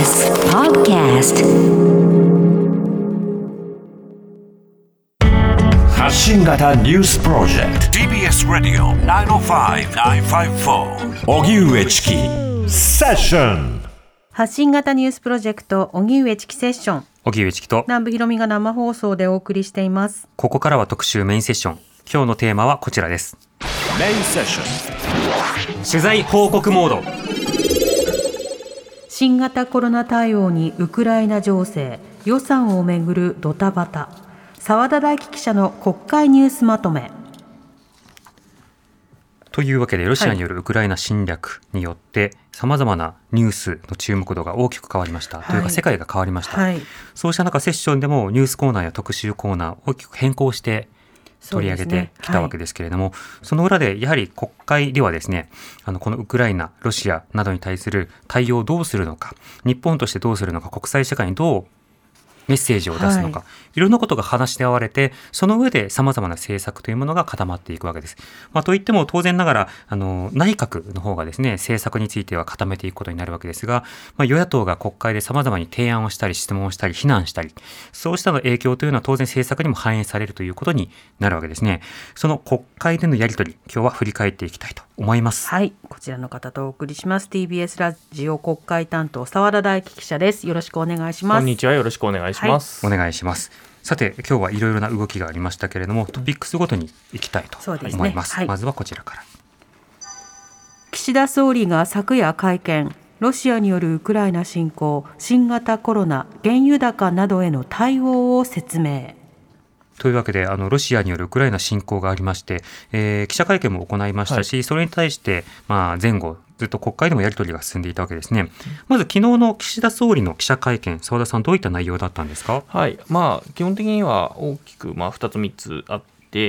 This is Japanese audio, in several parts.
TBS Podcast 発信型ニュースプロジェクト TBS ラディオ905-954おぎゅうえちきセッション。 発信型ニュースプロジェクト荻上チキセッション、 荻上チキと南部ひろみが生放送でお送りしています。 ここからは特集メインセッション。今日のテーマはこちらです。 メインセッション取材報告モード。 新型コロナ対応にウクライナ情勢、予算をめぐるドタバタ、澤田大樹記者の国会ニュースまとめ。 というわけでロシアによるウクライナ侵略によってさまざまなニュースの注目度が大きく変わりました、というか世界が変わりました、そうした中セッションでもニュースコーナーや特集コーナーを大きく変更して取り上げてきたわけですけれども、その裏でやはり国会ではですね、このウクライナ、ロシアなどに対する対応をどうするのか、日本としてどうするのか、国際社会にどうメッセージを出すのか、いろんなことが話し合われて、その上で様々な政策というものが固まっていくわけです。といっても当然ながら内閣の方がですね、政策については固めていくことになるわけですが、与野党が国会で様々に提案をしたり質問をしたり非難したり、そうしたの影響というのは当然政策にも反映されるということになるわけですね。その国会でのやり取り、今日は振り返っていきたいと思います。 はい、こちらの方とお送りします。 TBS ラジオ国会担当澤田大樹記者です。よろしくお願いします。 こんにちは、よろしくお願いします、 お願いします。さて今日はいろいろな動きがありましたけれども、トピックスごとにいきたいと思います。まずはこちらから。 岸田総理が昨夜会見、ロシアによるウクライナ侵攻、新型コロナ、原油高などへの対応を説明。 というわけでロシアによるウクライナ侵攻がありまして、記者会見も行いましたし、それに対して前後ずっと国会でもやり取りが進んでいたわけですね。まず昨日の岸田総理の記者会見、澤田さんどういった内容だったんですか？ はい、基本的には大きく2つ3つあって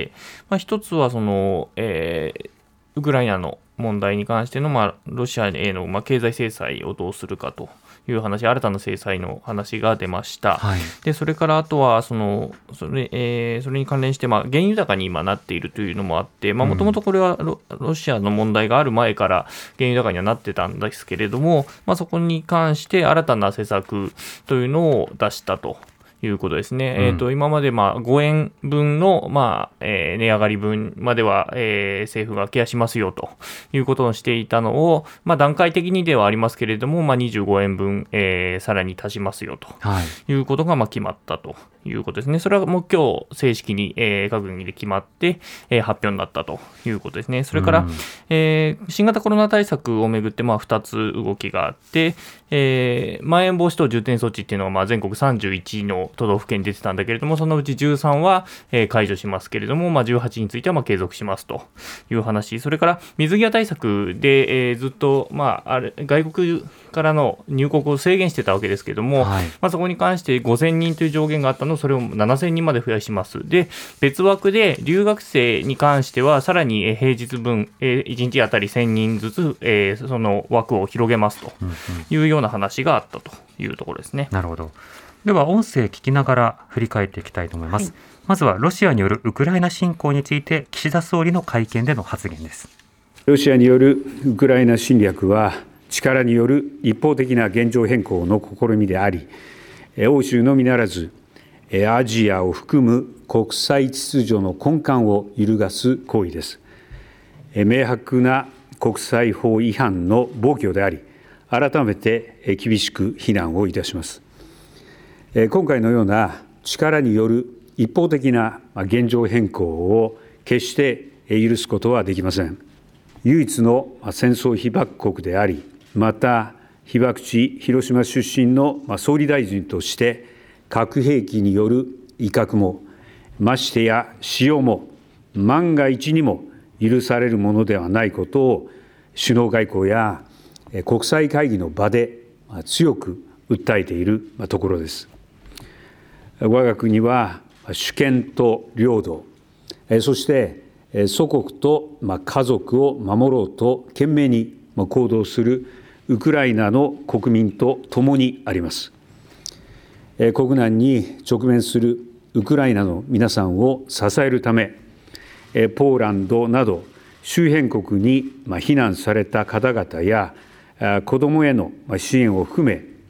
、1つはウクライナの問題に関しての、ロシアへの、経済制裁をどうするかという話、新たな制裁の話が出ました、でそれからあとはそれに関連して、原油高に今なっているというのもあって、もともとこれは ロシアの問題がある前から原油高にはなってたんですけれども、そこに関して新たな施策というのを出したということですね。今まで5円分の、値上がり分までは、政府がケアしますよということをしていたのを、段階的にではありますけれども、25円分、さらに足しますよということが決まったということですね。それはもう今日正式に、閣議で決まって、発表になったということですね。それから、新型コロナ対策をめぐって2つ動きがあって、まん延防止等重点措置っていうのは全国31の都道府県に出てたんだけれども、そのうち13は解除しますけれども、18については継続しますという話。それから水際対策で、ずっと外国からの入国を制限してたわけですけれども、そこに関して5000人という上限があったのをそれを7000人まで増やします。で別枠で留学生に関してはさらに平日分1日あたり1000人ずつその枠を広げますというような話があったというところですね。 なるほど。では音声聞きながら振り返っていきたいと思います、まずはロシアによるウクライナ侵攻について岸田総理の会見での発言です。 ロシアによるウクライナ侵略は力による一方的な現状変更の試みであり、欧州のみならずアジアを含む国際秩序の根幹を揺るがす行為です。明白な国際法違反の暴挙であり、改めて厳しく非難をいたします。今回のような力による一方的な現状変更を決して許すことはできません。唯一の戦争被爆国であり、また被爆地広島出身の総理大臣として核兵器による威嚇もましてや使用も万が一にも許されるものではないことを首脳外交や国際会議の場で強く訴えているところです。我が国は主権と領土、そして祖国と家族を守ろうと懸命に行動するウクライナの国民と共にあります。国難に直面するウクライナの皆さんを支えるため、ポーランドなど周辺国に避難された方々や子どもへの支援を含め、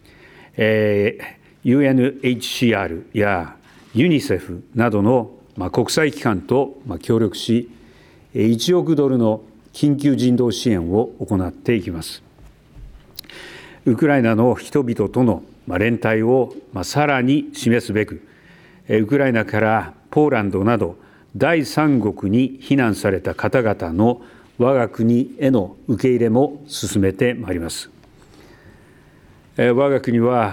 UNHCR やユニセフなどの国際機関と協力し、1億ドルの緊急人道支援を行っていきます。ウクライナの人々との連帯をさらに示すべく、ウクライナからポーランドなど第三国に避難された方々の我が国への受け入れも進めてまいります。我が国は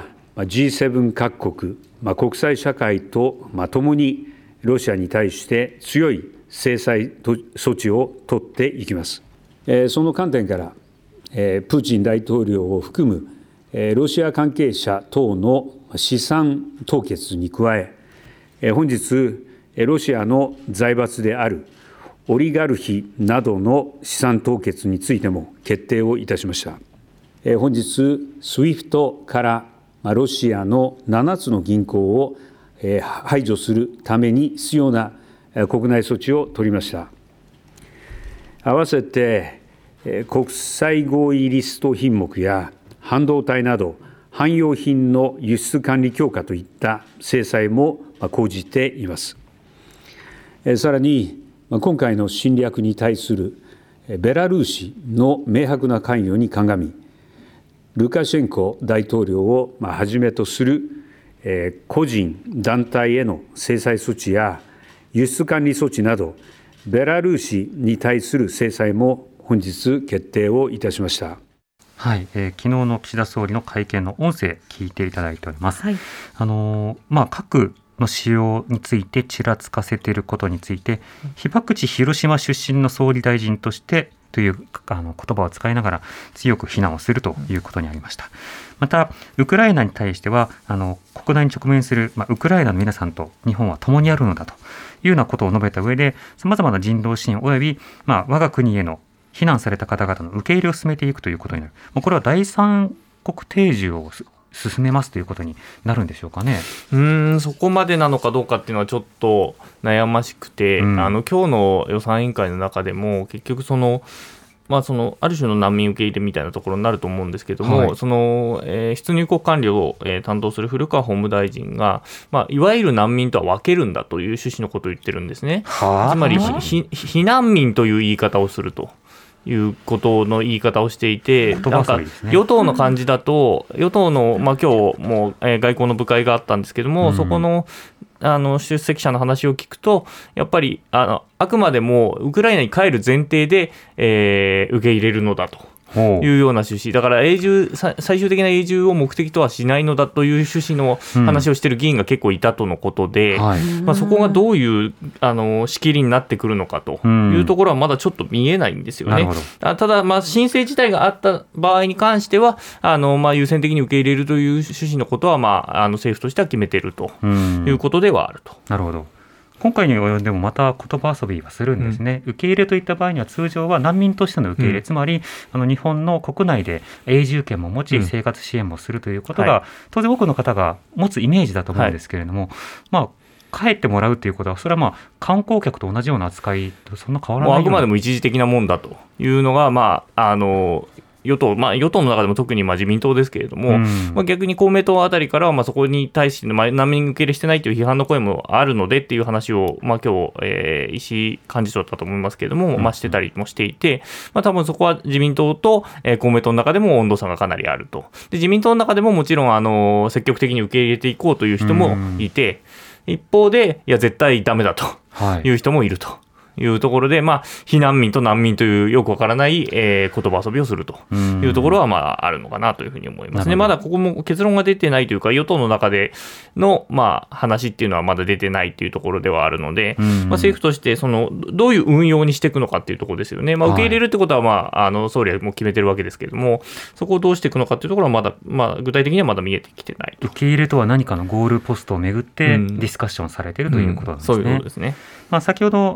G7 各国、国際社会とともにロシアに対して強い制裁措置を取っていきます。その観点からプーチン大統領を含むロシア関係者等の資産凍結に加え、本日ロシアの財閥であるオリガルヒなどの資産凍結についても決定をいたしました。本日 SWIFT からロシアの7つの銀行を排除するために必要な国内措置を取りました。合わせて国際合意リスト品目や半導体など汎用品の輸出管理強化といった制裁も講じています。さらに今回の侵略に対するベラルーシの明白な関与に鑑み、ルカシェンコ大統領をはじめとする個人団体への制裁措置や輸出管理措置などベラルーシに対する制裁も本日決定をいたしました。 はい、昨日の岸田総理の会見の音声聞いていただいております。はい、核の使用についてちらつかせていることについて、被爆地広島出身の総理大臣としてという言葉を使いながら強く非難をするということにありました。またウクライナに対しては国内に直面する、ウクライナの皆さんと日本は共にあるのだというようなことを述べた上で、さまざまな人道支援および、我が国への避難された方々の受け入れを進めていくということになる。これは第三国定住を進めますということになるんでしょうかね。 そこまでなのかどうかっていうのはちょっと悩ましくて、今日の予算委員会の中でも結局ある種の難民受け入れみたいなところになると思うんですけども、はい、出入国管理を担当する古川法務大臣が、いわゆる難民とは分けるんだという趣旨のことを言ってるんですね。つまり避難民という言い方をするということの言い方をしていて、なんか与党の感じだと、与党の、今日も外交の部会があったんですけども、そこの出席者の話を聞くと、やっぱりあくまでもウクライナに帰る前提で、受け入れるのだというような趣旨だから、最終的な永住を目的とはしないのだという趣旨の話をしている議員が結構いたとのことで、そこがどういう仕切りになってくるのかというところはまだちょっと見えないんですよね。ただ、申請自体があった場合に関しては優先的に受け入れるという趣旨のことは、政府としては決めているということではあると。 なるほど。今回に及んでもまた言葉遊びはするんですね。受け入れといった場合には通常は難民としての受け入れ、つまり日本の国内で永住権も持ち生活支援もするということが、当然多くの方が持つイメージだと思うんですけれども、帰ってもらうということはそれは観光客と同じような扱いとそんな変わらないような、 あくまでも一時的なもんだというのが与党の中でも特に自民党ですけれども、逆に公明党あたりからはそこに対して難民受け入れしてないという批判の声もあるのでっていう話を、今日、石井幹事長だったと思いますけれども、してたりもしていて、多分そこは自民党と、公明党の中でも温度差がかなりあると。で自民党の中でももちろん積極的に受け入れていこうという人もいて、一方でいや絶対ダメだという人もいると。いうところで、避難民と難民というよくわからない、言葉遊びをするというところはあるのかなというふうに思いますね。まだここも結論が出てないというか、与党の中での、話っていうのはまだ出てないというところではあるので、政府としてどういう運用にしていくのかっていうところですよね。受け入れるってことは、総理はもう決めてるわけですけれども、そこをどうしていくのかっていうところはまだ、具体的にはまだ見えてきてないと。 受け入れとは何かのゴールポストをめぐってディスカッションされているということなんですね。 そういうことですね。 先ほど弁護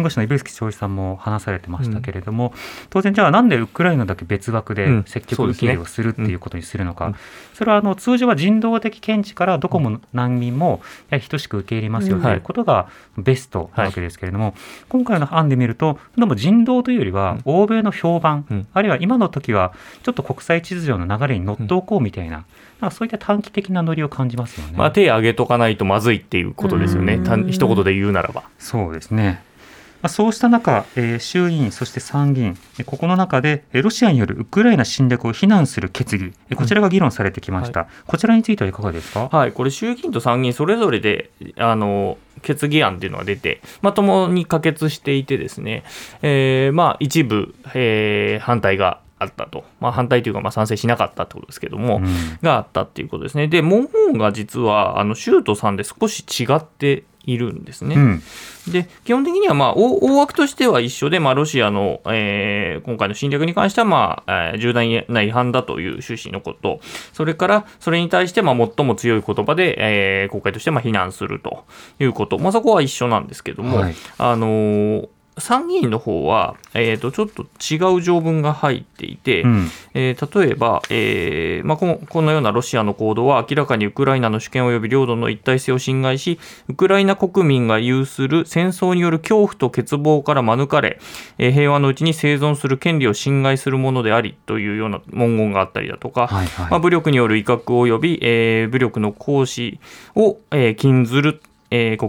護士の指宿長一さんも話されてましたけれども、当然じゃあなんでウクライナだけ別枠で積極受け入れをするっていうことにするのか、それは通常は人道的見地からどこも難民もやはり等しく受け入れますよということがベストなわけですけれども、今回の案で見るとでも人道というよりは欧米の評判、あるいは今の時はちょっと国際秩序の流れに乗っておこうみたいな、そういった短期的なノリを感じますよね。 手を挙げとかないとまずいっていうことですよね、一言で言うならば。 そうですね。そうした中、衆議院そして参議院、ここの中でロシアによるウクライナ侵略を非難する決議、こちらが議論されてきました、こちらについてはいかがですか。 これ衆議院と参議院それぞれで決議案というのが出て、ともに可決していてですね、一部、反対があったと、反対というか賛成しなかったということですけども、があったということですね。で文言が実は州と3で少し違っているんですね、で基本的には大枠としては一緒で、ロシアの、今回の侵略に関しては、重大な違反だという趣旨のこと、それからそれに対して最も強い言葉で、国会として非難するということ、そこは一緒なんですけども、参議院の方は、ちょっと違う条文が入っていて、例えば、このようなロシアの行動は明らかにウクライナの主権及び領土の一体性を侵害し、ウクライナ国民が有する戦争による恐怖と欠乏から免れ、平和のうちに生存する権利を侵害するものでありというような文言があったりだとか、武力による威嚇及び、武力の行使を、禁ずる国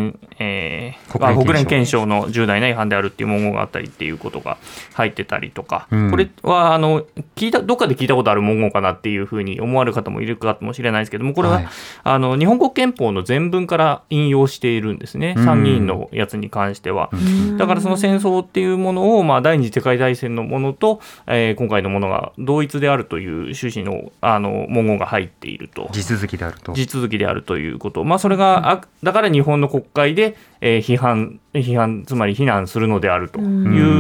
連憲章の重大な違反であるっていう文言があったりっていうことが入ってたりとか、これはどっかで聞いたことある文言かなっていうふうに思われる方もいるかもしれないですけども、これは、日本国憲法の前文から引用しているんですね、参議院のやつに関しては。だからその戦争っていうものを、第二次世界大戦のものと、今回のものが同一であるという趣旨の、文言が入っていると、 地続きであるということ、それがだから日本の国会で、批判つまり非難するのであるという、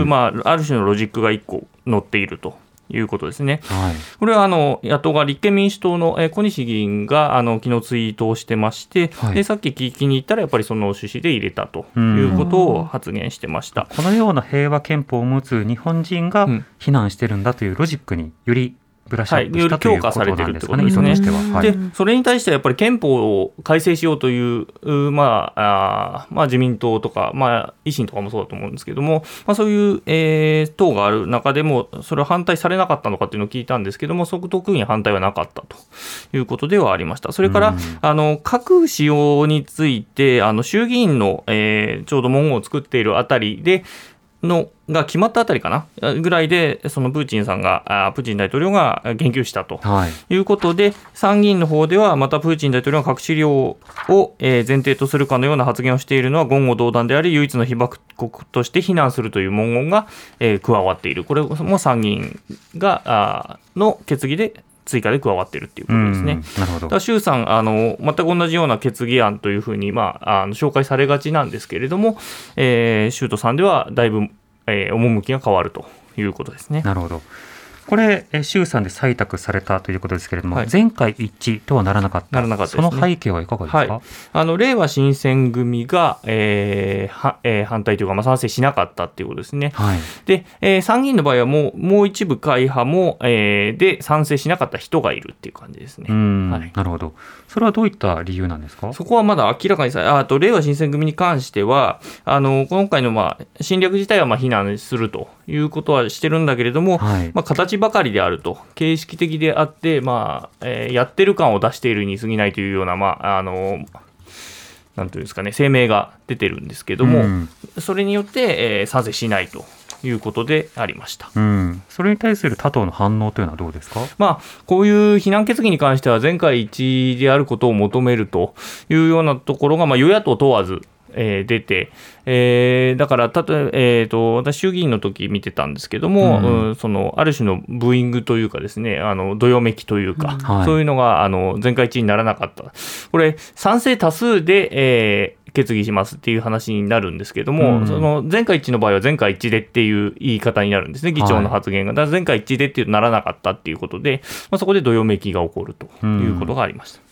ある種のロジックが1個載っているということですね。これは野党が立憲民主党の小西議員が昨日ツイートをしてまして、でさっき聞きに行ったらやっぱりその趣旨で入れたということを発言してました。 このような平和憲法を持つ日本人が非難してるんだというロジックによりブラッシュアップしたということなんですかね、意図としては。 でそれに対してはやっぱり憲法を改正しようという、自民党とか、維新とかもそうだと思うんですけども、そういう、党がある中でもそれは反対されなかったのかというのを聞いたんですけども、特に反対はなかったということではありました。それから核使用について衆議院の、ちょうど文言を作っているあたりでが決まったあたりかなぐらいで、そのプーチン大統領が言及したということで、参議院の方ではまたプーチン大統領が核使用を前提とするかのような発言をしているのは言語道断であり、唯一の被爆国として非難するという文言が加わっている。これも参議院がの決議で追加で加わっているということですね。 なるほど。 だから衆参全く同じような決議案というふうに、紹介されがちなんですけれども、衆と参ではだいぶ、趣が変わるということですね。 なるほど。これ衆参で採択されたということですけれども、全会一致とはならなかった、 ですね。 その背景はいかがですか。 れいわ新選組が、反対というか、賛成しなかったということですね。で、参議院の場合はもう一部会派も、で賛成しなかった人がいるっていう感じですね。 なるほど。それはどういった理由なんですか。 そこはまだ明らかにれいわ新選組に関しては今回の侵略自体は非難するということはしてるんだけれども、形ばかりであると、形式的であって、やってる感を出しているに過ぎないというような、なんていうんですかね、声明が出てるんですけども、それによって、賛成しないということでありました。 それに対する他党の反応というのはどうですか。 こういう非難決議に関しては全会一致であることを求めるというようなところが、与野党問わず出て、だから私衆議院の時見てたんですけども、そのある種のブーイングというかですね、どよめきというか、そういうのが全会一致にならなかった。これ賛成多数で、決議しますっていう話になるんですけども、その全会一致の場合は全会一致でっていう言い方になるんですね、議長の発言が。だから全会一致でっていうならなかったっていうことで、そこでどよめきが起こるということがありました。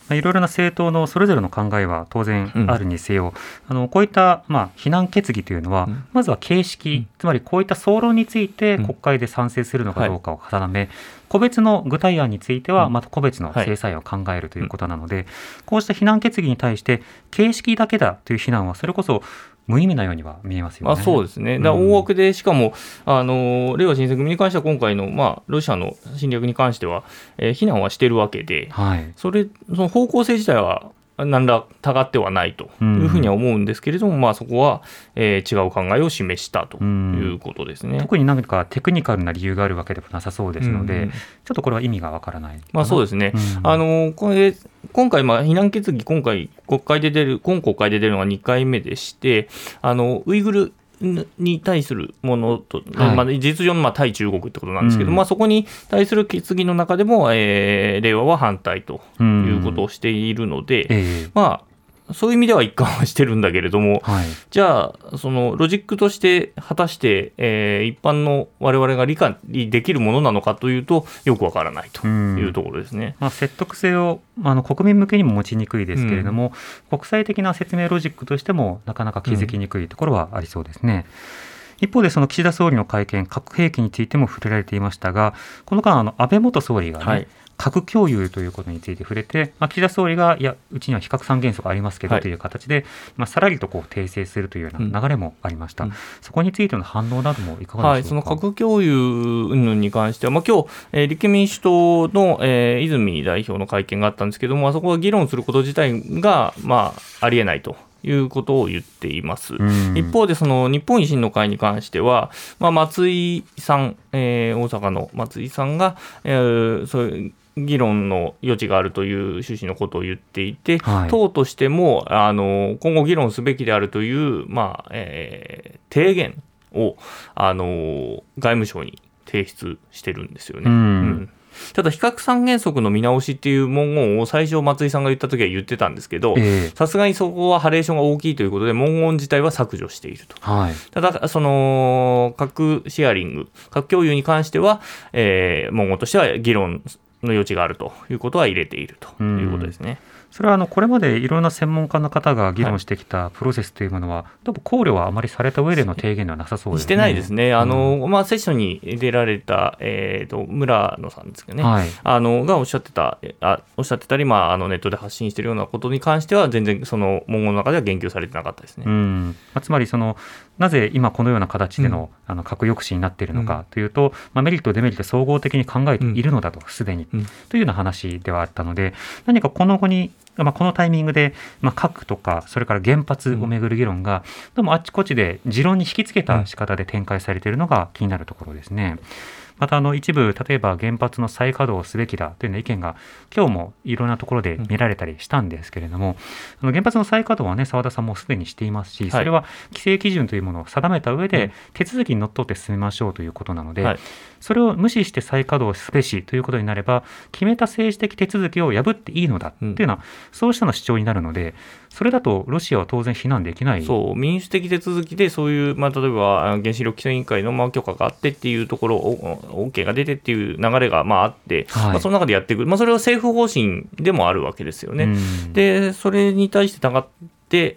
いろいろな政党のそれぞれの考えは当然あるにせよ、こういった、非難決議というのは、まずは形式、つまりこういった総論について国会で賛成するのかどうかを定め、個別の具体案についてはまた個別の制裁を考えるということなので、こうした非難決議に対して形式だけだという非難はそれこそ無意味なようには見えますよね。 そうですね。だから大枠で、しかもれいわ新選組に関しては今回の、ロシアの侵略に関しては、非難はしているわけで、その方向性自体は何らたがってはないというふうには思うんですけれども、そこは、違う考えを示したということですね。 特に何かテクニカルな理由があるわけでもなさそうですので、ちょっとこれは意味がわからない。 そうですね。今回、非難決議、今国会で出るのが2回目でして、ウイグルに対するものと、事実上の対中国ってことなんですけど、そこに対する決議の中でも、令和は反対ということをしているので、そういう意味では一貫はしてるんだけれども、じゃあそのロジックとして果たして、一般の我々が理解できるものなのかというとよくわからないというところですね。 説得性を国民向けにも持ちにくいですけれども、国際的な説明ロジックとしてもなかなか気づきにくいところはありそうですね。一方でその岸田総理の会見、核兵器についても触れられていましたが、この間安倍元総理が核共有ということについて触れて、岸田総理がいやうちには非核三原則ありますけどという形で、さらりと訂正するというような流れもありました。そこについての反応などもいかがでしょうか。 その核共有に関しては、今日、立憲民主党の、泉代表の会見があったんですけども、そこは議論すること自体が、ありえないということを言っています。一方でその日本維新の会に関しては、松井さん、大阪の松井さんが、そういう議論の余地があるという趣旨のことを言っていて、党としても今後議論すべきであるという、提言を外務省に提出してるんですよね。ただ非核三原則の見直しっていう文言を最初松井さんが言ったときは言ってたんですけど、さすがにそこはハレーションが大きいということで文言自体は削除していると。ただその核シェアリング、核共有に関しては、文言としては議論の余地があるということは入れているということですね。 それはこれまでいろんな専門家の方が議論してきたプロセスというものは、多分考慮はあまりされた上での提言ではなさそうですね。 してないですね。セッションに出られた、村野さんですけどね、がおっしゃってたり、ネットで発信しているようなことに関しては全然その文言の中では言及されてなかったですね。 つまりなぜ今このような形での、核抑止になっているのかというと、メリットデメリット総合的に考えているのだとすでに、というような話ではあったので、何かこの後にこのタイミングで、核とかそれから原発をめぐる議論が、どうもあっちこっちで持論に引き付けた仕方で展開されているのが気になるところですね。また一部例えば原発の再稼働をすべきだというような意見が今日もいろんなところで見られたりしたんですけれども、原発の再稼働は澤田さんもすでにしていますし、それは規制基準というものを定めた上で手続きにのっとって進めましょうということなので、それを無視して再稼働すべしということになれば、決めた政治的手続きを破っていいのだというような、そうしたの主張になるので、それだとロシアは当然非難できない。 民主的手続きでそういう、例えば原子力規制委員会の許可があってっていうところをOK が出てっていう流れがあって、その中でやっていく、それは政府方針でもあるわけですよね。でそれに対してたがって、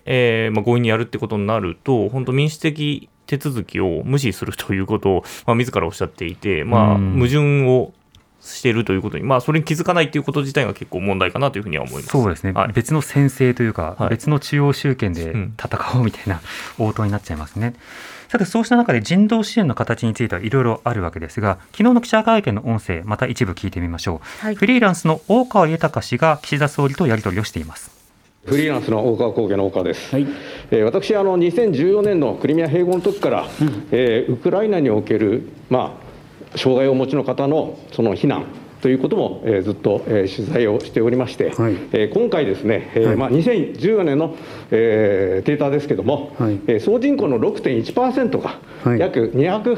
強引にやるってことになると、本当民主的手続きを無視するということを、自らおっしゃっていて、矛盾をしているということに、それに気づかないということ自体が結構問題かなというふうには思います。 そうですね、別の専制というか、別の中央集権で戦おうみたいな応答になっちゃいますね。さてそうした中で人道支援の形についてはいろいろあるわけですが、昨日の記者会見の音声また一部聞いてみましょう。フリーランスの大川豊氏が岸田総理とやり取りをしています。 フリーランスの大川工業の大川です。私2014年のクリミア併合の時から、ウクライナにおける障害をお持ちの方のその避難ということも、ずっと、取材をしておりまして、今回ですね、2014年の、データですけども、総人口の 6.1% が、約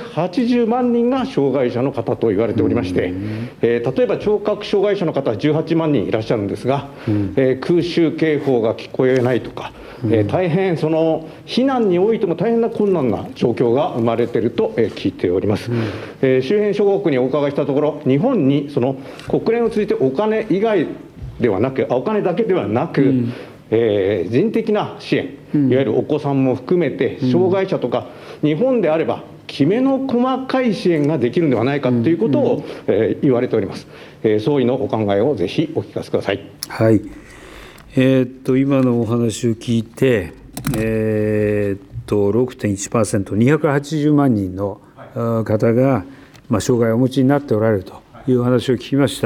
280万人が障害者の方と言われておりまして、例えば聴覚障害者の方は18万人いらっしゃるんですが、空襲警報が聞こえないとか、大変その避難においても大変な困難な状況が生まれていると聞いております。周辺諸国にお伺いしたところ、日本にその国連を通じてお金以外ではなく、お金だけではなく、人的な支援、いわゆるお子さんも含めて障害者とか、日本であればきめの細かい支援ができるのではないかということを、言われております。総理のお考えをぜひお聞かせください。 はい、今のお話を聞いて、6.1%、280万人の方が、障害をお持ちになっておられるという話を聞きました。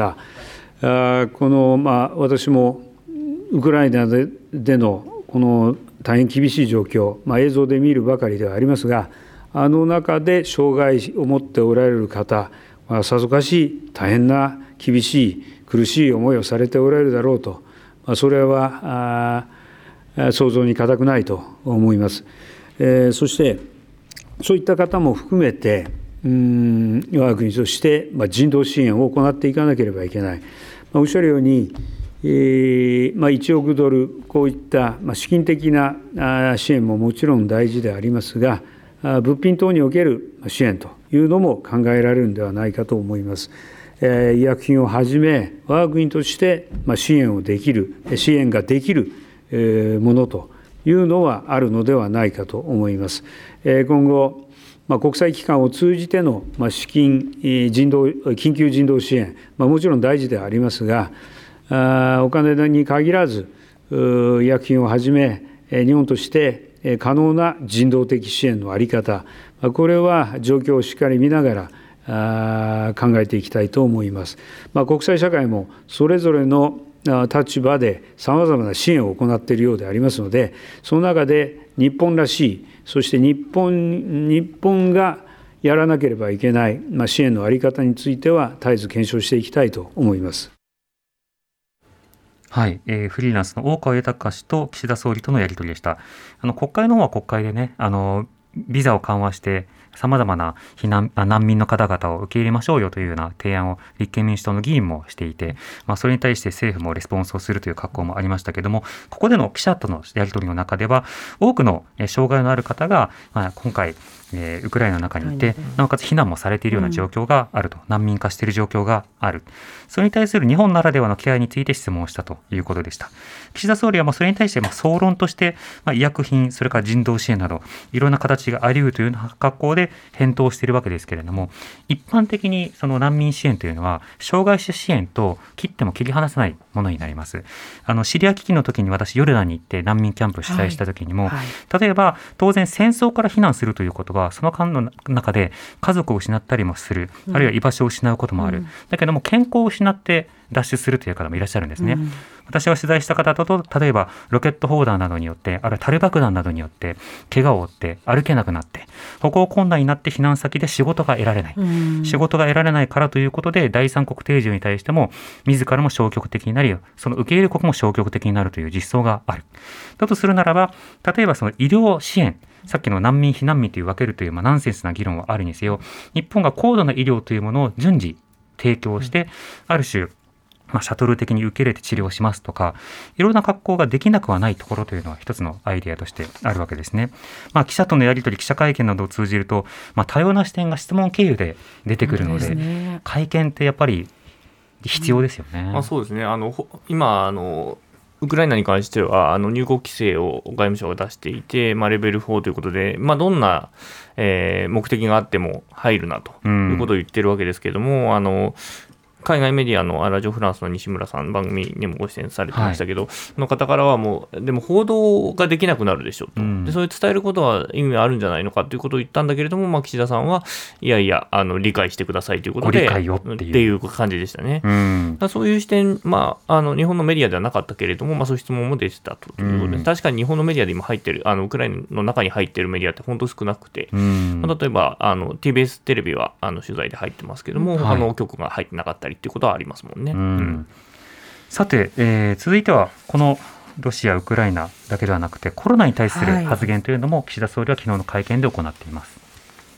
私もウクライナでのこの大変厳しい状況、映像で見るばかりではありますが、あの中で障害を持っておられる方、さぞかし大変な厳しい苦しい思いをされておられるだろうと、それは想像に難くないと思います。そしてそういった方も含めて我が国として人道支援を行っていかなければいけない。おっしゃるように1億ドル、こういった資金的な支援ももちろん大事でありますが、物品等における支援というのも考えられるのではないかと思います。医薬品をはじめ、我が国として支援ができるものというのはあるのではないかと思います。今後、国際機関を通じての資金、緊急人道支援、もちろん大事ではありますが、お金に限らず、医薬品をはじめ、日本として可能な人道的支援の在り方、これは状況をしっかり見ながら考えていきたいと思います。国際社会もそれぞれの立場でさまざまな支援を行っているようでありますので、その中で日本らしい、そして日本がやらなければいけない支援の在り方については絶えず検証していきたいと思います。 はい、フリーランスの大川豊氏と岸田総理とのやり取りでした。国会の方は国会でね、ビザを緩和してさまざまな難民の方々を受け入れましょうよというような提案を立憲民主党の議員もしていて、それに対して政府もレスポンスをするという格好もありましたけれども、ここでの記者とのやり取りの中では多くの障害のある方が、今回ウクライナの中にいて、なおかつ避難もされているような状況があると、難民化している状況がある、それに対する日本ならではのケアについて質問をしたということでした。岸田総理はそれに対して総論として医薬品、それから人道支援などいろんな形があり得るというような格好で返答しているわけですけれども、一般的にその難民支援というのは障害者支援と切っても切り離せないものになります。シリア危機の時に私ヨルダンに行って難民キャンプを取材した時にも、例えば当然戦争から避難するということはその間の中で家族を失ったりもする、あるいは居場所を失うこともある、だけども健康を失って脱出するという方もいらっしゃるんですね。私が取材した方だと、例えばロケット砲弾などによって、あるいはタル爆弾などによって怪我を負って歩けなくなって歩行困難になって避難先で仕事が得られない、仕事が得られないからということで第三国定住に対しても自らも消極的になり、その受け入れ国も消極的になるという実相がある。だとするならば、例えばその医療支援、さっきの難民避難民という分けるというナンセンスな議論はあるにせよ、日本が高度な医療というものを順次提供して、ある種シャトル的に受け入れて治療しますとか、いろんな格好ができなくはないところというのは一つのアイデアとしてあるわけですね。記者とのやり取り、記者会見などを通じると、多様な視点が質問経由で出てくるので、会見ってやっぱり必要ですよね。 そうですね。今ウクライナに関しては入国規制を外務省が出していて、レベル4ということで、どんな、目的があっても入るなということを言ってるわけですけれども、海外メディアのラジオフランスの西村さん、番組にもご出演されてましたけど、その方からはでも報道ができなくなるでしょと、でそういう伝えることは意味あるんじゃないのかということを言ったんだけれども、岸田さんはいやいや理解してくださいということでっていう感じでしたね。そういう視点、日本のメディアではなかったけれども、そういう質問も出てたということで、確かに日本のメディアで今入ってるウクライナの中に入っているメディアって本当少なくて、例えばTBS テレビは取材で入ってますけども、他の局が入ってなかったりっていうことはありますもんね。 さて、続いてはこのロシア・ウクライナだけではなくてコロナに対する発言というのも岸田総理は昨日の会見で行っています。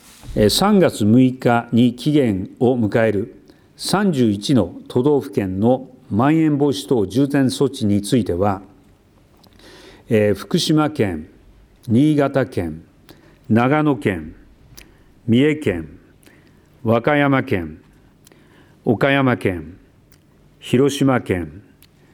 3月6日に期限を迎える31の都道府県のまん延防止等重点措置については、福島県、新潟県、長野県、三重県、和歌山県、岡山県、広島県、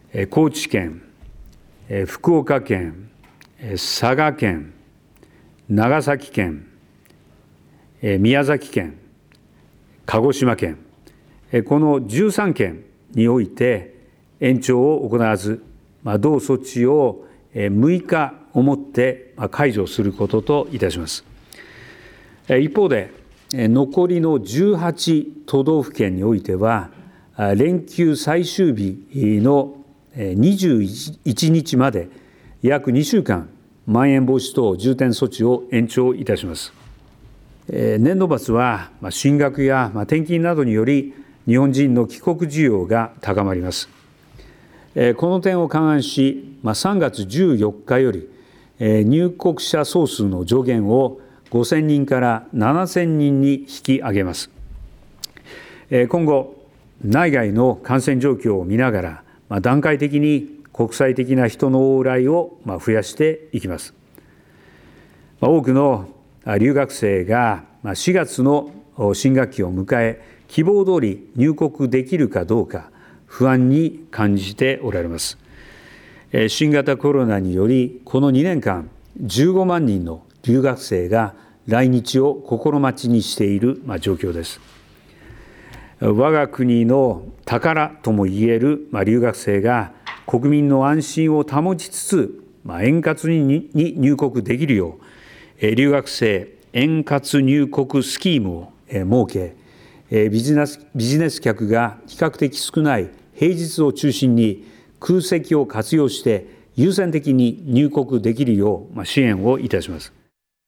高知県、福岡県、佐賀県、長崎県、宮崎県、鹿児島県、この13県において延長を行わず、同措置を6日をもって解除することといたします。一方で、残りの18都道府県においては、連休最終日の21日まで約2週間、まん延防止等重点措置を延長いたします。年度末は進学や転勤などにより日本人の帰国需要が高まります。この点を勘案し、3月14日より入国者総数の上限を5000人から7000人に引き上げます。今後、内外の感染状況を見ながら段階的に国際的な人の往来を増やしていきます。多くの留学生が4月の新学期を迎え、希望通り入国できるかどうか不安に感じておられます。新型コロナによりこの2年間15万人の留学生が来日を心待ちにしている状況です。我が国の宝ともいえる留学生が国民の安心を保ちつつ円滑に入国できるよう、留学生円滑入国スキームを設け、ビジネス客が比較的少ない平日を中心に空席を活用して優先的に入国できるよう支援をいたします。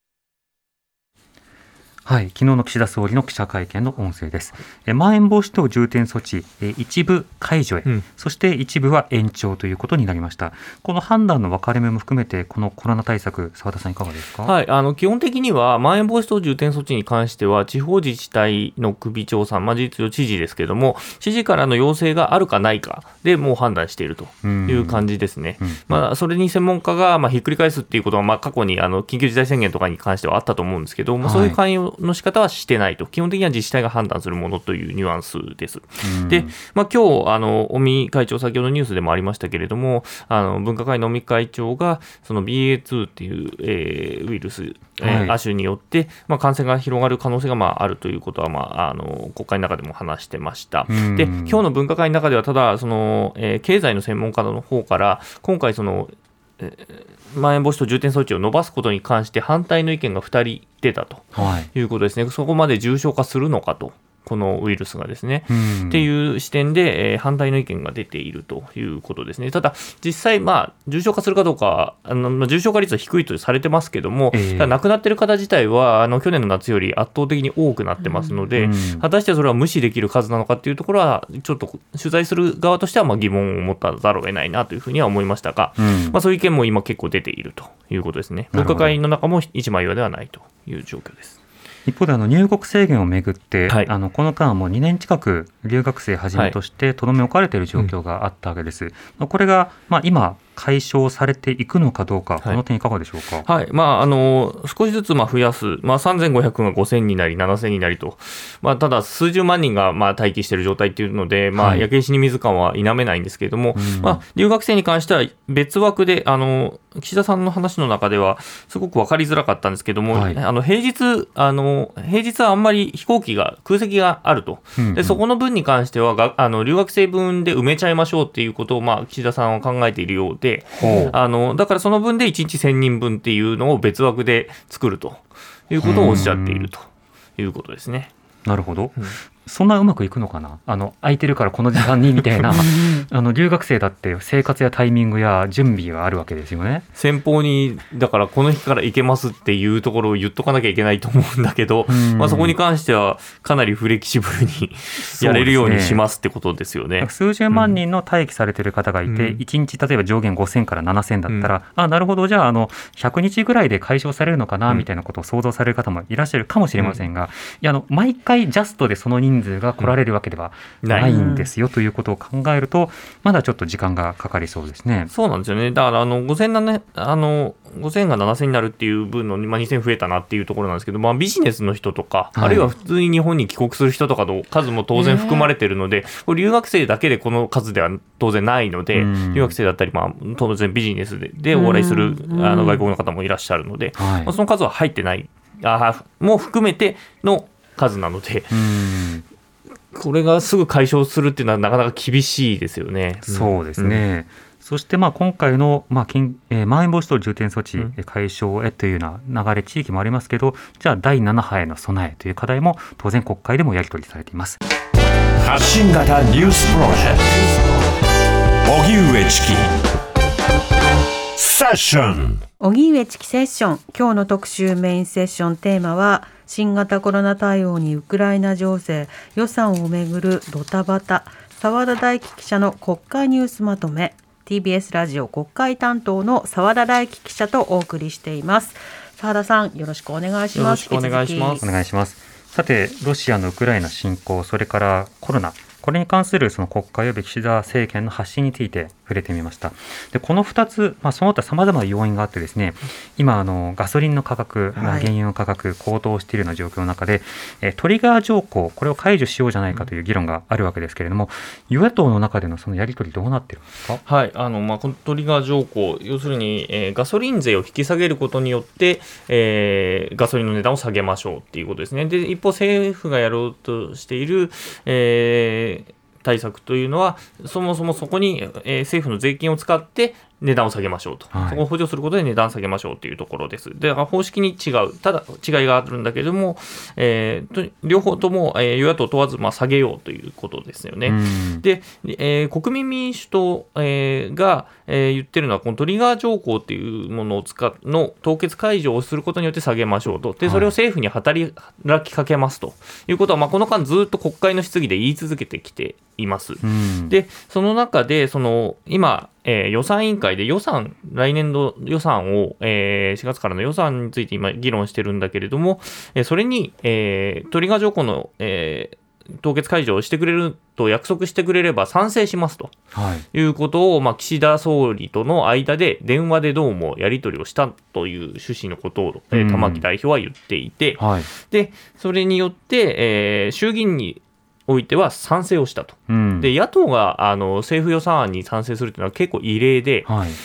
はい、昨日の岸田総理の記者会見の音声です。まん延防止等重点措置、一部解除へ、そして一部は延長ということになりました。この判断の分かれ目も含めて、このコロナ対策、澤田さんいかがですか？ はい、基本的にはまん延防止等重点措置に関しては地方自治体の首長さん、事実上知事ですけれども、知事からの要請があるかないかでもう判断しているという感じですね。それに専門家がひっくり返すっていうことは過去に緊急事態宣言とかに関してはあったと思うんですけど、そういう関与の仕方はしてないと、基本的には自治体が判断するものというニュアンスです。で、今日尾身会長、先ほどニュースでもありましたけれども、分科会の尾身会長がその BA.2 っていう、ウイルス、亜種によって、感染が広がる可能性があるということは、国会の中でも話してました。で、今日の分科会の中ではただ経済の専門家の方から今回まん延防止等重点措置を伸ばすことに関して反対の意見が2人出たということですね。そこまで重症化するのかと、このウイルスがですね、っていう視点で、反対の意見が出ているということですね。ただ実際、重症化するかどうか、重症化率は低いとされてますけども、ただ亡くなっている方自体は去年の夏より圧倒的に多くなってますので、果たしてそれは無視できる数なのかというところはちょっと取材する側としては疑問を持ったざるを得ないなというふうには思いましたが、そういう意見も今結構出ているということですね。分科会の中も一枚岩ではないという状況です。 一方で入国制限をめぐって、この間はもう2年近く留学生はじめとしてとどめ置かれている状況があったわけです。これが、今解消されていくのかどうか、この点いかがでしょうか？ 少しずつ増やす、3500が5000になり7000になりと、ただ数十万人が待機している状態というので、焼け石に水感は否めないんですけれども、留学生に関しては別枠で岸田さんの話の中ではすごく分かりづらかったんですけども、平日はあんまり飛行機が空席があると、でそこの分に関しては留学生分で埋めちゃいましょうっていうことを岸田さんは考えているようで、だからその分で1日1000人分っていうのを別枠で作るということをおっしゃっているということですね。 なるほど、そんなうまくいくのかな、空いてるからこの時間にみたいな留学生だって生活やタイミングや準備があるわけですよね。 先方にだからこの日から行けますっていうところを言っとかなきゃいけないと思うんだけど、そこに関してはかなりフレキシブルにやれるようにしますってことですよね。 数十万人の待機されている方がいて、1日例えば上限5000から7000だったら、なるほど、じゃあ100日ぐらいで解消されるのかなみたいなことを想像される方もいらっしゃるかもしれませんが、毎回ジャストでその人数が来られるわけではないんですよということを考えると、まだちょっと時間がかかりそうですね。 そうなんですよね。だから5000 5000が7000になるっていう分の、2000増えたなっていうところなんですけど、ビジネスの人とか、あるいは普通に日本に帰国する人とかの数も当然含まれているので、留学生だけでこの数では当然ないので、留学生だったり、当然ビジネスでお笑いする外国の方もいらっしゃるので、その数は入ってないも含めての数なので、これがすぐ解消するっていうのはなかなか厳しいですよね。 そうですね、そして今回のまん延防止等重点措置解消へというような流れ、地域もありますけど、じゃあ第7波への備えという課題も当然国会でもやり取りされています。 発信型ニュースプロジェクト荻上チキセッション。 荻上チキセッション、今日の特集メインセッションテーマは、新型コロナ対応にウクライナ情勢、予算をめぐるドタバタ、澤田大樹記者の国会ニュースまとめ、 TBS ラジオ国会担当の澤田大樹記者とお送りしています。澤田さん、よろしくお願いします。 よろしくお願いします。 お願いします。さて、ロシアのウクライナ侵攻、それからコロナ、これに関するその国会及び岸田政権の発信について触れてみました。でこの2つ、その他さまざまな要因があってですね、今ガソリンの価格、原油の価格高騰しているような状況の中で、トリガー条項、これを解除しようじゃないかという議論があるわけですけれども、与野党の中でのそのやり取りどうなっているんですか。 はい、このトリガー条項、要するに、ガソリン税を引き下げることによって、ガソリンの値段を下げましょうということですね。で一方、政府がやろうとしている、対策というのは、そもそもそこに、政府の税金を使って値段を下げましょうと、そこを補助することで値段を下げましょうというところです。で方式に違う、ただ違いがあるんだけれども、両方とも、与野党問わず、下げようということですよね。で、国民民主党、が、言ってるのは、このトリガー条項というものをの凍結解除をすることによって下げましょうと。でそれを政府に働きかけますということは、この間ずっと国会の質疑で言い続けてきています。でその中で今、予算委員会で来年度予算を、4月からの予算について今議論してるんだけれども、それに、トリガー条項の、凍結解除をしてくれると約束してくれれば賛成しますと、いうことを、岸田総理との間で電話でどうもやり取りをしたという趣旨のことを、玉木代表は言っていて、でそれによって、衆議院においては賛成をしたと。で野党が政府予算案に賛成するというのは結構異例で、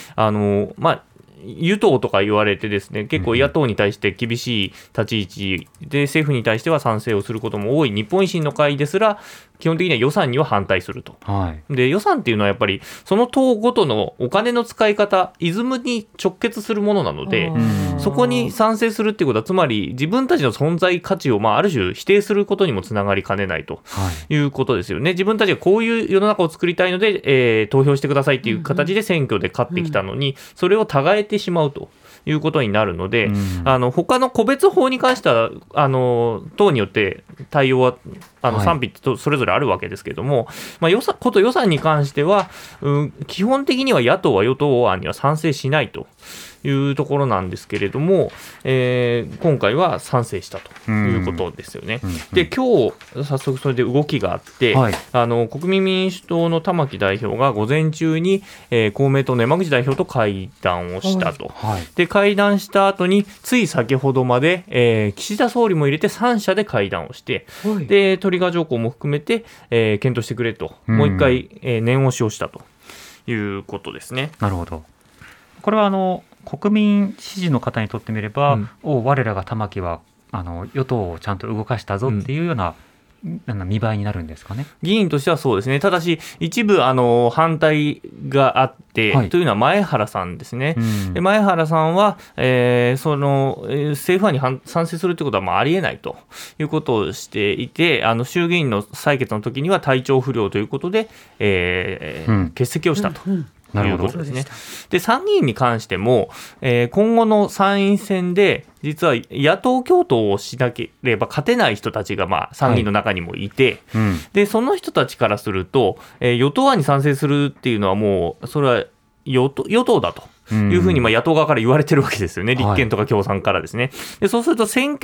与党とか言われてですね、結構野党に対して厳しい立ち位置で、政府に対しては賛成をすることも多い日本維新の会ですら、基本的には予算には反対すると。で予算っていうのはやっぱりその党ごとのお金の使い方、イズムに直結するものなので、そこに賛成するっていうことは、つまり自分たちの存在価値を、ある種否定することにもつながりかねないということですよね。自分たちがこういう世の中を作りたいので、投票してくださいっていう形で選挙で勝ってきたのに、それを違えてしまうということになるので、他の個別法に関しては党によって対応は賛否とそれぞれあるわけですけれども、こと予算に関しては、基本的には野党は与党案には賛成しないというところなんですけれども、今回は賛成したということですよね。で今日早速それで動きがあって、国民民主党の玉木代表が午前中に、公明党の山口代表と会談をしたと。で会談した後につい先ほどまで、岸田総理も入れて3者で会談をして、でトリガー条項も含めて、検討してくれと、もう一回、念押しをしたということですね。 なるほど。これは国民支持の方にとってみれば、我らが玉木は与党をちゃんと動かしたぞっていうような、見栄えになるんですかね。 議員としてはそうですね。ただし一部反対があって、というのは前原さんですね。で前原さんは、政府案に賛成するということはありえないということをしていて、衆議院の採決の時には体調不良ということで、欠席をしたと。いうことですね。で参議院に関しても、今後の参院選で実は野党共闘をしなければ勝てない人たちが参議院の中にもいて、でその人たちからすると、与党案に賛成するっていうのはもうそれは与党だというふうに野党側から言われてるわけですよね。立憲とか共産からですね。でそうすると選挙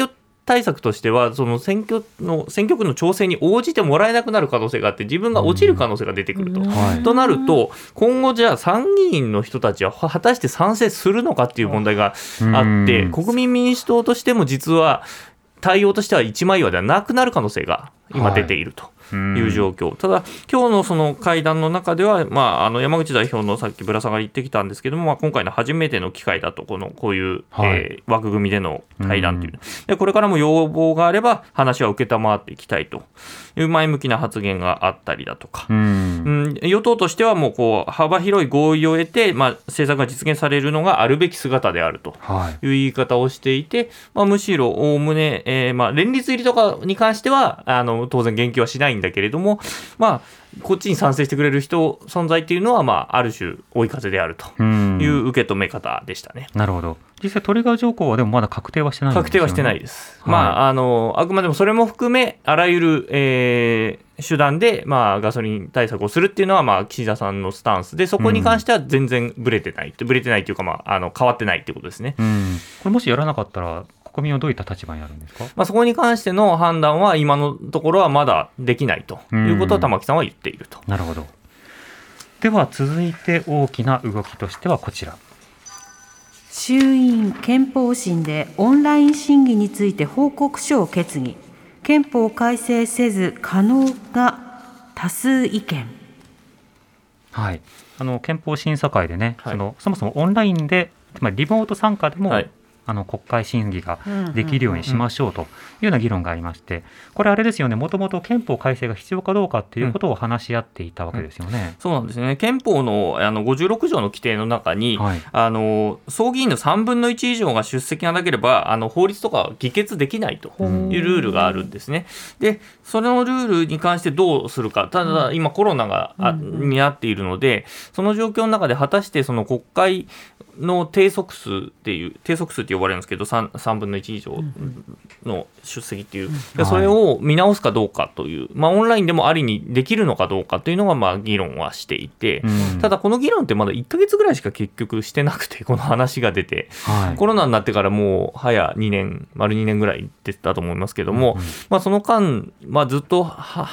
対策としてはその選挙区の調整に応じてもらえなくなる可能性があって自分が落ちる可能性が出てくると、となると今後じゃあ参議院の人たちは果たして賛成するのかっていう問題があって国民民主党としても実は対応としては一枚岩ではなくなる可能性が今出ているという状況、ただ今日のその会談の中では、山口代表のさっきぶら下がり言ってきたんですけども、今回の初めての機会だとこういう、枠組みでの会談というでこれからも要望があれば話は受けたまっていきたいという前向きな発言があったりだとか、与党としてはもう幅広い合意を得て、政策が実現されるのがあるべき姿であるという言い方をしていて、むしろおおむね、連立入りとかに関しては当然言及はしないんだけれども、こっちに賛成してくれる人存在っていうのは、ある種追い風であるという受け止め方でしたね。 なるほど。実際トリガー条項はでもまだ確定はしてないんですよね。 確定はしてないです、あくまでもそれも含めあらゆる、手段で、ガソリン対策をするっていうのは、岸田さんのスタンスでそこに関しては全然ブレてないというか、変わってないってことですね。 これもしやらなかったら国民はどういった立場にあるんですか。 そこに関しての判断は今のところはまだできないということを玉木さんは言っていると。 なるほど。では続いて大きな動きとしてはこちら。 衆院憲法審でオンライン審議について報告書を決議。憲法改正せず可能が多数意見。 はい、憲法審査会でね、そもそもオンラインでつまりリモート参加でも、国会審議ができるようにしましょうというような議論がありまして、これあれですよね、もともと憲法改正が必要かどうかということを話し合っていたわけですよね。 そうなんですね。憲法の56条の規定の中に、総議員の3分の1以上が出席がなければ法律とか議決できないというルールがあるんですね。でそのルールに関してどうするか、ただ今コロナがになっているので、その状況の中で果たしてその国会の定則数って呼ばれるんですけど 3分の1以上の出席っていう、それを見直すかどうかという、オンラインでもありにできるのかどうかというのが議論はしていて、ただこの議論ってまだ1ヶ月ぐらいしか結局してなくて、この話が出て、コロナになってからもう早丸2年ぐらい出てたと思いますけども、その間、ずっと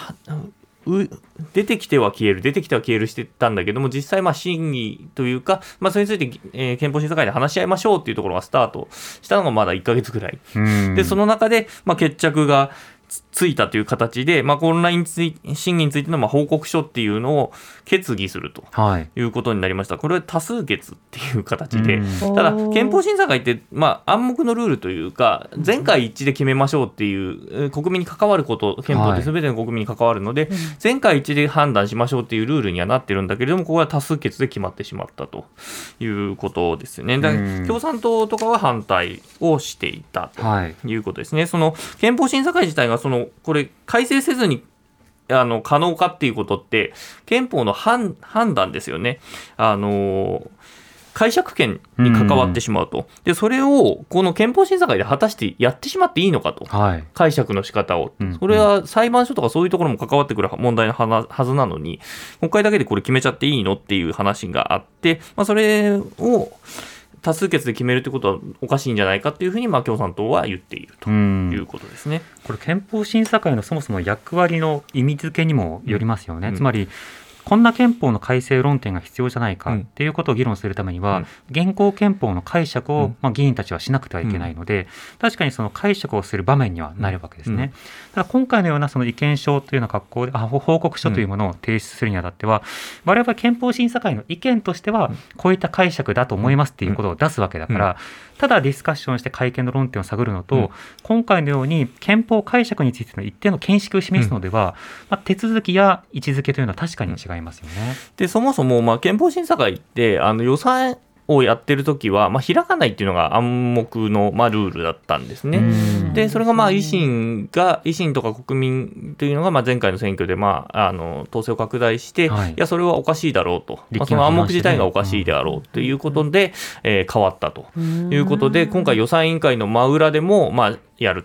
出てきては消えるしてたんだけども、実際審議というか、それについて、憲法審査会で話し合いましょうっていうところがスタートしたのがまだ1ヶ月ぐらいで、その中で、決着がついたという形で、オンライン審議についての報告書っていうのを決議するということになりました。これは多数決っていう形で、ただ憲法審査会って、暗黙のルールというか全会一致で決めましょうっていう国民に関わること、憲法って全ての国民に関わるので、全会一致で判断しましょうっていうルールにはなってるんだけれども、ここは多数決で決まってしまったということですね。だから共産党とかは反対をしていたということですね。その憲法審査会自体がこれ改正せずに可能かっていうことって憲法の判断ですよね。解釈権に関わってしまうと。でそれをこの憲法審査会で果たしてやってしまっていいのかと、解釈の仕方を、それは裁判所とかそういうところも関わってくる問題のはずなのに、国会だけでこれ決めちゃっていいのっていう話があって、それを多数決で決めるということはおかしいんじゃないかというふうに共産党は言っているということですね。 これ憲法審査会のそもそも役割の意味付けにもよりますよね。つまりこんな憲法の改正論点が必要じゃないかっていうことを議論するためには、現行憲法の解釈を議員たちはしなくてはいけないので、確かにその解釈をする場面にはなるわけですね。ただ今回のようなその意見書というような格好で報告書というものを提出するにあたっては、我々憲法審査会の意見としてはこういった解釈だと思いますっていうことを出すわけだから、ただディスカッションして改憲の論点を探るのと、今回のように憲法解釈についての一定の見識を示すのでは、手続きや位置づけというのは確かに違いますよね。 でそもそも憲法審査会って予算をやってるときは、開かないっていうのが暗黙の、ルールだったんですね。でそれが維新とか国民というのが前回の選挙で党勢を拡大して、いやそれはおかしいだろうと、その暗黙自体がおかしいであろうということで、変わったということで、今回予算委員会の真裏でもやると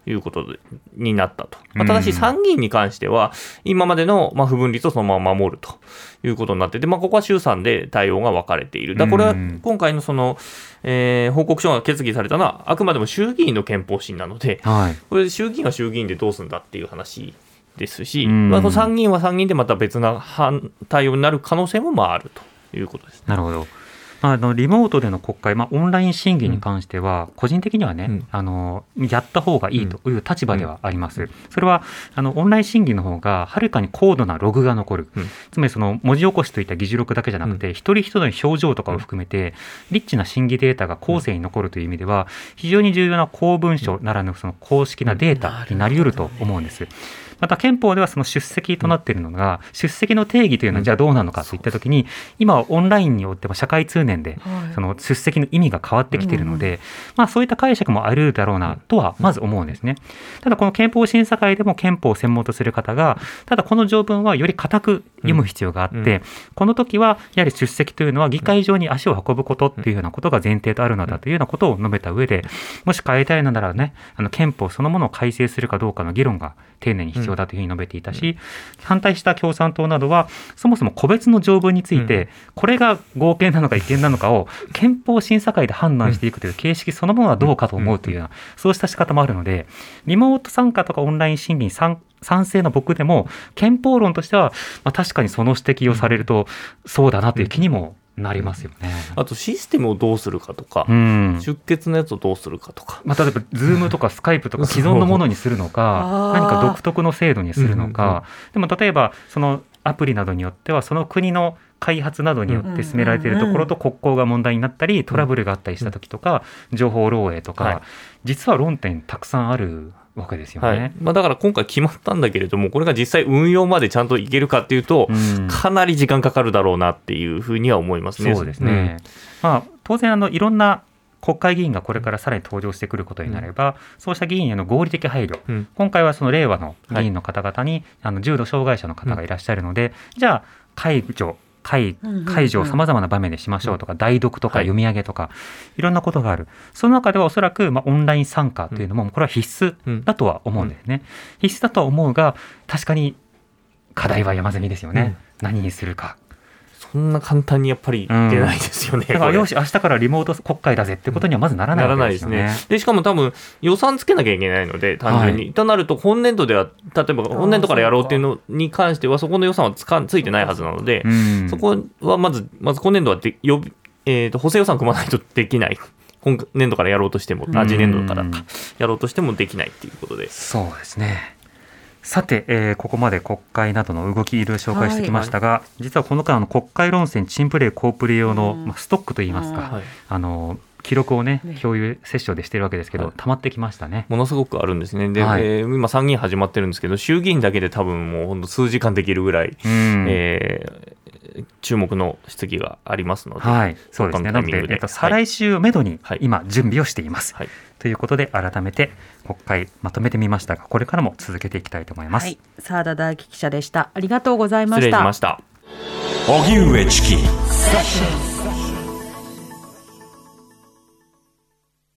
いうことになったと。ただし参議院に関しては今までの不分率をそのまま守るということになってて、ここは衆参で対応が分かれている。だからこれは今回のその、報告書が決議されたのはあくまでも衆議院の憲法審なので、これ衆議院は衆議院でどうするんだっていう話ですし、参議院は参議院でまた別な対応になる可能性もあるということです。 なるほど。リモートでの国会、オンライン審議に関しては、個人的にはね、やった方がいいという立場ではあります。それはオンライン審議の方がはるかに高度なログが残る、つまりその文字起こしといった議事録だけじゃなくて、一人一人の表情とかを含めてリッチな審議データが後世に残るという意味では非常に重要な公文書ならぬその公式なデータになり得ると思うんです。また憲法ではその出席となっているのが、出席の定義というのはじゃあどうなのかといったときに、今はオンラインによっても社会通念でその出席の意味が変わってきているので、そういった解釈もあるだろうなとはまず思うんですね。ただこの憲法審査会でも憲法を専門とする方が、ただこの条文はより固く読む必要があって、この時はやはり出席というのは議会場に足を運ぶことっていうようなことが前提とあるのだというようなことを述べた上で、もし変えたいのならね、憲法そのものを改正するかどうかの議論が丁寧に必要だというふうに述べていたし、反対した共産党などはそもそも個別の条文について、これが合憲なのか違憲なのかを憲法審査会で判断していくという形式そのものはどうかと思うというような、そうした仕方もあるので、リモート参加とかオンライン審議に賛成の僕でも憲法論としては、確かにその指摘をされるとそうだなという気にもなりますよね。 あとシステムをどうするかとか、出欠のやつをどうするかとか、 例えば Zoom とか Skype とか既存のものにするのか何か独特の制度にするのか、でも例えばそのアプリなどによってはその国の開発などによって進められているところと国交が問題になったりトラブルがあったりした時とか、情報漏洩とか、実は論点たくさんあるわけですよね。 だから今回決まったんだけれども、これが実際運用までちゃんといけるかっていうと、かなり時間かかるだろうなっていうふうには思いますね。 そうですね。当然いろんな国会議員がこれからさらに登場してくることになれば、そうした議員への合理的配慮、今回はその令和の議員の方々に、重度障害者の方がいらっしゃるので、じゃあ解除をさまざまな場面でしましょうとか、代読とか読み上げとか、いろんなことがある。その中ではおそらくオンライン参加というのもこれは必須だとは思うんですね。必須だとは思うが、確かに課題は山積みですよね。何にするか。 そんな簡単にやっぱり出ないですよね。 だからよし明日からリモート国会だぜってことにはまずならないわけですよね。 ならないですね。でしかも多分予算つけなきゃいけないので、単純に、となると今年度では例えば今年度からやろうっていうのに関してはそこの予算はついてないはずなので、そこはまず今年度は補正予算組まないとできない。今年度からやろうとしても、次年度からやろうとしてもできないっていうことで。 そうですね。さて、ここまで国会などの動きいろいろ紹介してきましたが、実はこの間国会論戦チンプレー好プレー用の、ストックといいますか、記録をね共有セッションでしているわけですけど、溜まってきましたね。 ものすごくあるんですね。で、今参議院始まってるんですけど、衆議院だけで多分もうほんと数時間できるぐらい、注目の質疑がありますので、 そうですね。なので、再来週をめどに今準備をしています。ということで改めて国会まとめてみましたが、これからも続けていきたいと思います。 澤田大樹記者でした。ありがとうございました。 失礼しました。 荻上チキ